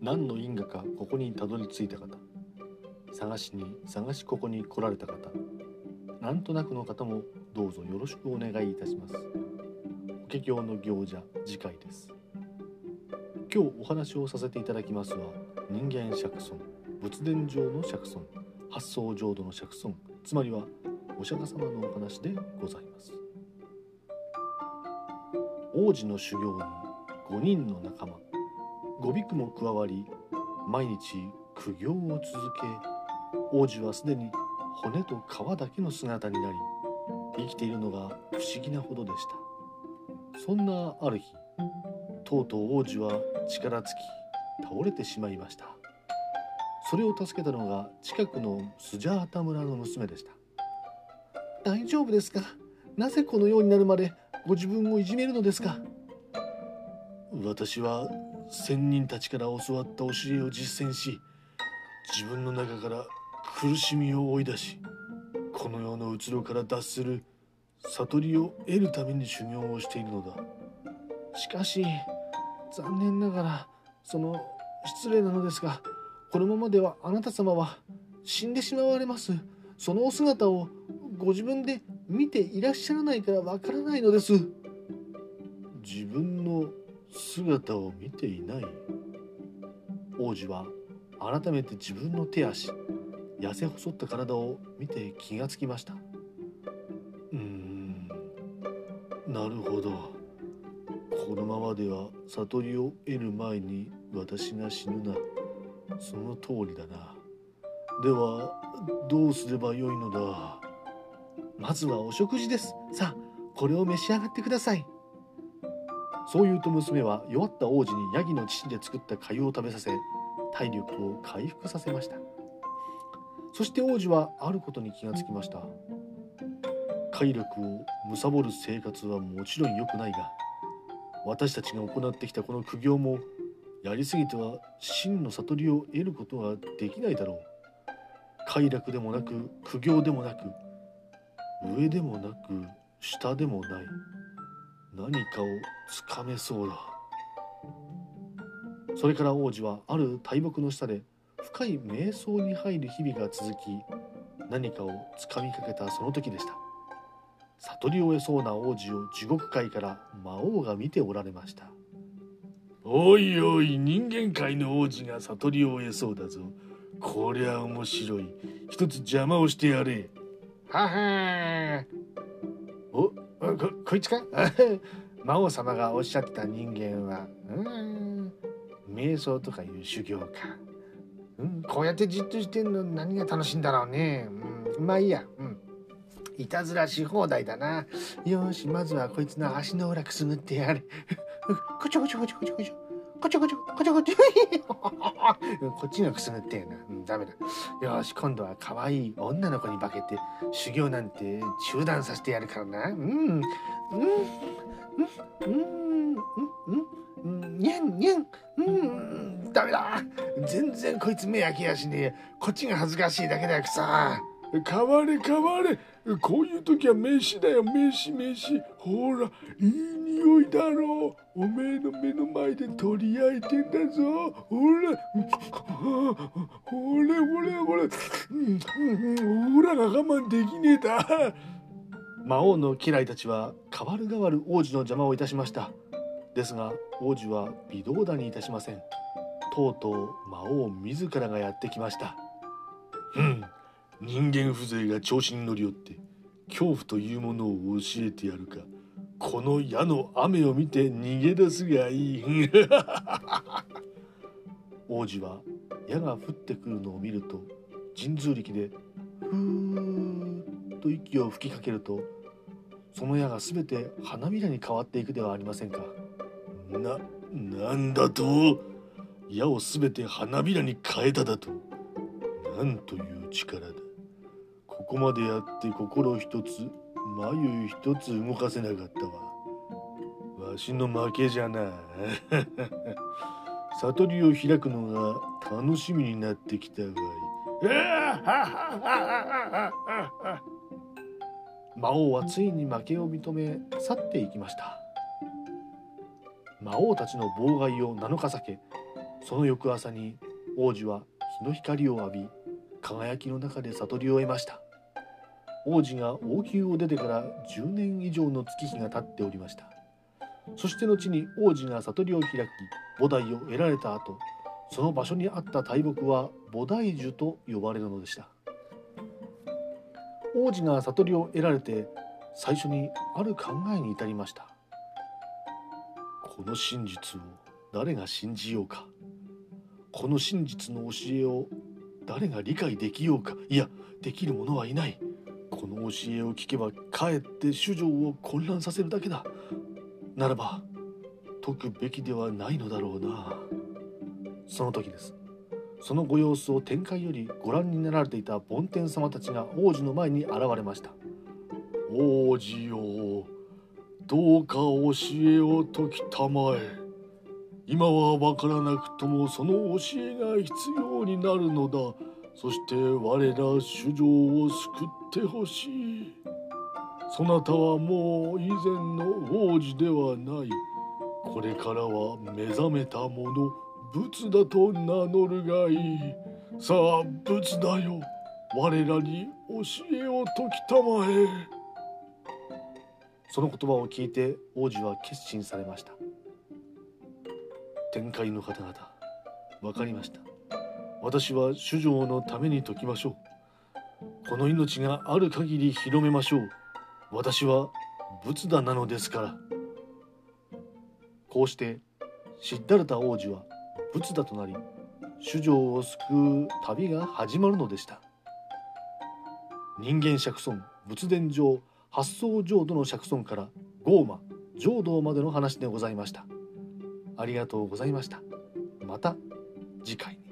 何の因果かここにたどり着いた方、探しに探しここに来られた方、なんとなくの方もどうぞよろしくお願いいたします。法華経の行者、次回です。今日お話をさせていただきますは、人間釈尊、仏殿上の釈尊、八相浄土の釈尊、つまりはお釈迦様のお話でございます。王子の修行に5人の仲間5ビクも加わり、毎日苦行を続け、王子はすでに骨と皮だけの姿になり、生きているのが不思議なほどでした。そんなある日、とうとう王子は力尽き倒れてしまいました。それを助けたのが近くのスジャータ村の娘でした。大丈夫ですか？なぜこのようになるまでご自分をいじめるのですか？私は仙人たちから教わった教えを実践し、自分の中から苦しみを追い出し、この世のうつろから脱する悟りを得るために修行をしているのだ。しかし残念ながら失礼なのですが、このままではあなた様は死んでしまわれます。そのお姿をご自分で見ていらっしゃらないからわからないのです。自分の姿を見ていない。王子は改めて自分の手足、痩せ細った体を見て気がつきました。なるほど。このままでは悟りを得る前に私が死ぬな。その通りだな。ではどうすればよいのだ？まずはお食事です。さあ、これを召し上がってください。そう言うと娘は弱った王子にヤギの乳で作った粥を食べさせ、体力を回復させました。そして王子はあることに気がつきました。快楽を貪る生活はもちろん良くないが、私たちが行ってきたこの苦行もやりすぎては真の悟りを得ることはできないだろう。快楽でもなく苦行でもなく、上でもなく下でもない、何かをつかめそうだ。それから王子はある大木の下で深い瞑想に入る日々が続き、何かをつかみかけたその時でした。悟りを得そうな王子を地獄界から魔王が見ておられました。おいおい、人間界の王子が悟りを得そうだぞ。こりゃ面白い。一つ邪魔をしてやれ。ははこいつか？魔王様がおっしゃってた人間は瞑想とかいう修行か。こうやってじっとしてんの何が楽しいんだろうね。まあいいや。いたずらし放題だな。よし、まずはこいつの足の裏くすぐってやれ。こちょこちょこちょこちょこちょこちょこちょこちょこちょこっちがくすぐってえな。ダメだ。よし、今度は可愛い女の子に化けて修行なんて中断させてやるからな。にゃんにゃん。ダメだ。全然こいつ目開けやしねえ。こっちが恥ずかしいだけだよ、くさ。変われ変われ。こういう時は飯だよ、飯。ほら、いい匂いだろう。おめえの目の前で取り焼いてんだぞ。ほら、ほらが我慢できねえだ。魔王の家来たちは代わる代わる王子の邪魔をいたしました。ですが王子は微動だにいたしません。とうとう魔王自らがやってきました。人間風情が調子に乗りよって恐怖というものを教えてやるか。この矢の雨を見て逃げ出すがいい。王子は矢が降ってくるのを見ると神通力でふーっと息を吹きかけると、その矢がすべて花びらに変わっていくではありませんか。なんだと？矢をすべて花びらに変えただと？なんという力だ。ここまでやって心一つ眉一つ動かせなかったわ。わしの負けじゃな。悟りを開くのが楽しみになってきたわい。魔王はついに負けを認め去っていきました。魔王たちの妨害を7日避け、 その翌朝に王子は日の光を浴び、輝きの中で悟りを得ました。王子が王宮を出てから10年以上の月日が経っておりました。そして後に王子が悟りを開き菩提を得られた後、その場所にあった大木は菩提樹と呼ばれるのでした。王子が悟りを得られて最初にある考えに至りました。この真実を誰が信じようか、この真実の教えを誰が理解できようか、いやできる者はいない。この教えを聞けばかえって主情を混乱させるだけだ。ならば解くべきではないのだろうな。その時です。そのご様子を天界よりご覧になられていた梵天様たちが王子の前に現れました。王子よ、どうか教えを説きたまえ。今は分からなくともその教えが必要になるのだ。そして我ら主情を救ってほしい。そなたはもう以前の王子ではない。これからは目覚めた者、仏だと名乗るがいい。さあ仏だよ、我らに教えを説きたまえ。その言葉を聞いて王子は決心されました。天界の方々、分かりました。私は主情のために説きましょう。この命がある限り広めましょう。私は仏陀なのですから。こうしてシッダルタ王子は仏陀となり、主情を救う旅が始まるのでした。人間釈尊、仏伝上、八相浄土の釈尊からゴーマ、浄土までの話でございました。ありがとうございました。また次回に。